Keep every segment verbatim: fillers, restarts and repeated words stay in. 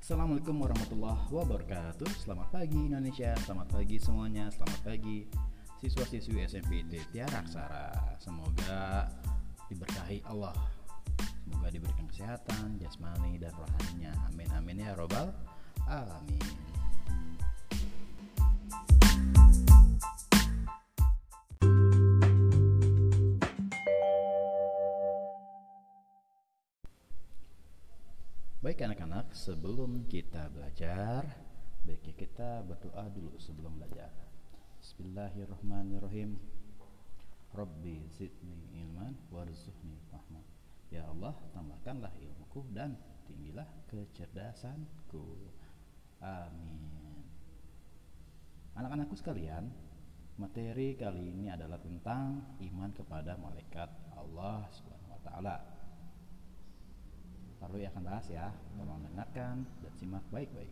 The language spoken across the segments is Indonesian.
Assalamualaikum warahmatullahi wabarakatuh. Selamat pagi Indonesia, selamat pagi semuanya, selamat pagi siswa-siswi S M P I T Tiara Aksara. Semoga diberkahi Allah, semoga diberikan kesehatan jasmani dan rohaninya. Amin amin ya robbal alamin. Baik anak-anak, sebelum kita belajar, baiknya kita berdoa dulu sebelum belajar. Bismillahirrahmanirrahim. Rabbi zidni ilman warzuqni fahman. Ya Allah, tambahkanlah ilmuku dan tinggilah kecerdasanku. Amin. Anak-anakku sekalian, materi kali ini adalah tentang iman kepada malaikat Allah Subhanahu wa taala. Lalu ya akan bahas ya, tolong dengarkan dan simak baik-baik.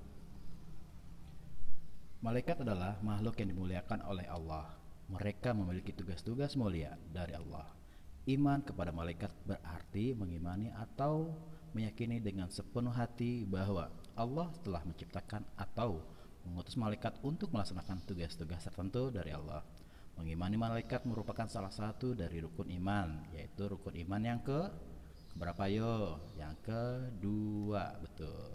Malaikat adalah makhluk yang dimuliakan oleh Allah. Mereka memiliki tugas-tugas mulia dari Allah. Iman kepada malaikat berarti mengimani atau meyakini dengan sepenuh hati bahwa Allah telah menciptakan atau mengutus malaikat untuk melaksanakan tugas-tugas tertentu dari Allah. Mengimani malaikat merupakan salah satu dari rukun iman, yaitu rukun iman yang ke berapa yo? Yang kedua, betul.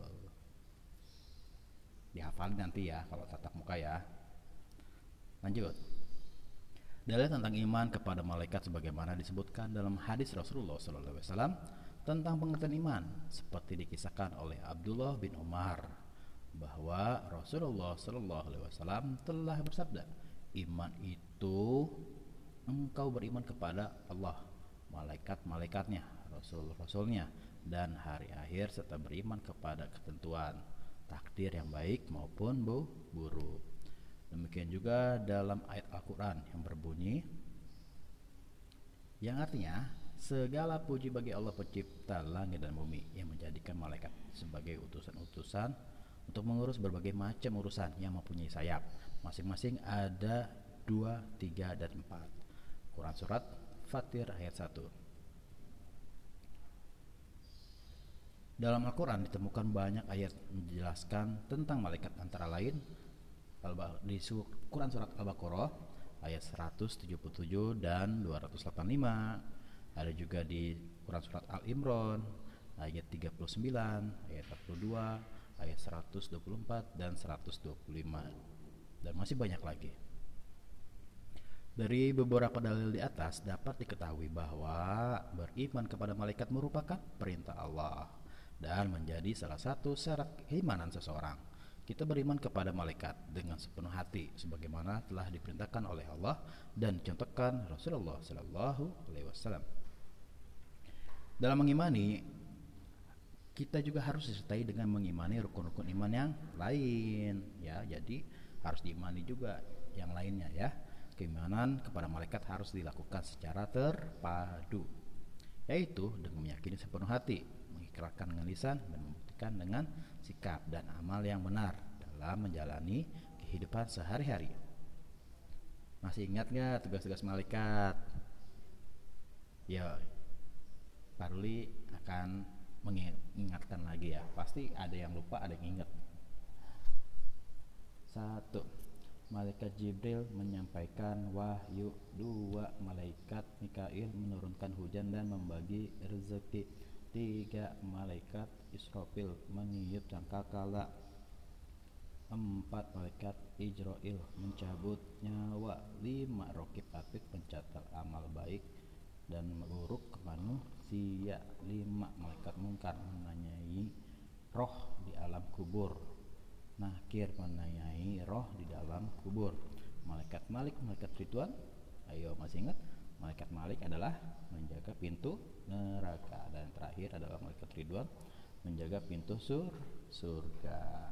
Dihafalin nanti ya kalau tatap muka ya. Lanjut. Dalil tentang iman kepada malaikat sebagaimana disebutkan dalam hadis Rasulullah shallallahu alaihi wasallam tentang pengertian iman, seperti dikisahkan oleh Abdullah bin Umar bahwa Rasulullah shallallahu alaihi wasallam telah bersabda, iman itu engkau beriman kepada Allah, malaikat-malaikatnya, Rasul-Rasulnya, dan hari akhir, serta beriman kepada ketentuan takdir yang baik maupun buruk. Demikian juga dalam ayat Al-Quran yang berbunyi, yang artinya segala puji bagi Allah pencipta langit dan bumi, yang menjadikan malaikat sebagai utusan-utusan untuk mengurus berbagai macam urusan yang mempunyai sayap. Masing-masing ada dua, tiga, dan empat. Quran Surat Fatir ayat satu. Dalam Al-Quran ditemukan banyak ayat menjelaskan tentang malaikat, antara lain di Quran Surat Al-Baqarah ayat seratus tujuh puluh tujuh dan dua ratus delapan puluh lima. Ada juga di Quran Surat Al-Imran ayat tiga puluh sembilan, ayat empat puluh dua, ayat seratus dua puluh empat dan seratus dua puluh lima. Dan masih banyak lagi. Dari beberapa dalil di atas dapat diketahui bahwa beriman kepada malaikat merupakan perintah Allah dan menjadi salah satu syarat keimanan seseorang. Kita beriman kepada malaikat dengan sepenuh hati sebagaimana telah diperintahkan oleh Allah dan dicontohkan Rasulullah shallallahu alaihi wasallam. Dalam mengimani, kita juga harus disertai dengan mengimani rukun-rukun iman yang lain ya. Jadi harus diimani juga yang lainnya ya. Keimanan kepada malaikat harus dilakukan secara terpadu, yaitu dengan meyakini sepenuh hati, mengikrarkan dengan lisan, dan membuktikan dengan sikap dan amal yang benar dalam menjalani kehidupan sehari-hari. Masih ingat gak tugas-tugas malaikat? Ya, Pak Ruli akan mengingatkan lagi ya. Pasti ada yang lupa, ada yang ingat. Satu, malaikat Jibril menyampaikan wahyu. Dua, malaikat Mikail menurunkan hujan dan membagi rezeki. Tiga, malaikat Israfil meniup sangkakala. Empat, malaikat Ijrail mencabut nyawa. Lima, Raqib Atid mencatat amal baik dan buruk ke manusia. Lima, malaikat Munkar menanyai roh di alam kubur. Nakir menanyai roh di dalam kubur. Malaikat Malik, malaikat Ridwan, ayo masih ingat? Malaikat Malik adalah menjaga pintu neraka, dan terakhir adalah malaikat Ridwan menjaga pintu sur surga.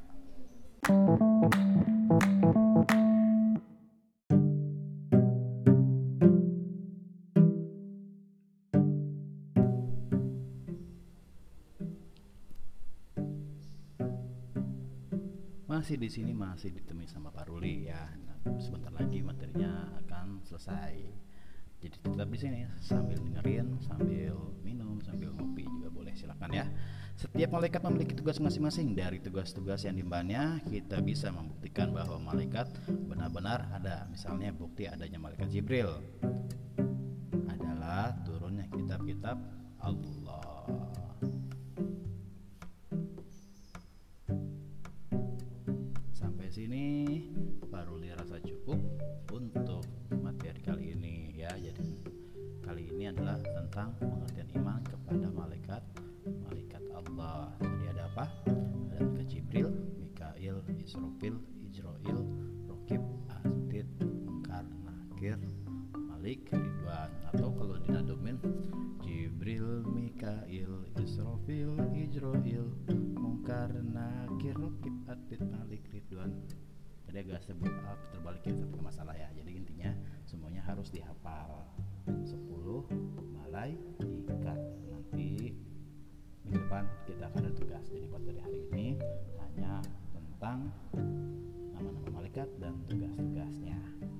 Masih di sini masih ditemui sama Pak Ruli ya. Nah, sebentar lagi materinya akan selesai. Jadi tetap di sini sambil dengerin, sambil minum, sambil ngopi juga boleh, silakan ya. Setiap malaikat memiliki tugas masing-masing. Dari tugas-tugas yang diembannya, kita bisa membuktikan bahwa malaikat benar-benar ada. Misalnya bukti adanya malaikat Jibril adalah turunnya kitab-kitab Allah. Sampai sini baru dirasa cukup untuk materi kali ini ya. Jadi kali ini adalah tentang pengertian iman kepada malaikat malaikat Allah. Tadi ada apa? Ada malaikat Jibril, Mikail, Israfil, Ijrail, Raqib, Atid, Munkar, Nakir, Malik, Ridwan. Atau kalau dinadomin Jibril, Mikail, Israfil, Ijrail, Munkar, Nakir, Raqib, Atid, Malik, Ridwan. Jadi agak sebut up terbalikin tapi masalah ya. Jadi intinya semuanya harus dihafal. sepuluh malaikat. Nanti minggu depan kita akan ada tugas. Jadi materi hari ini hanya tentang nama-nama malaikat dan tugas-tugasnya.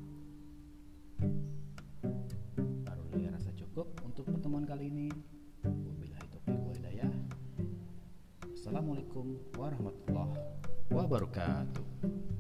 Baru dirasa cukup untuk pertemuan kali ini. Wabillahi taufiq wal hidayah. Assalamualaikum warahmatullahi wabarakatuh.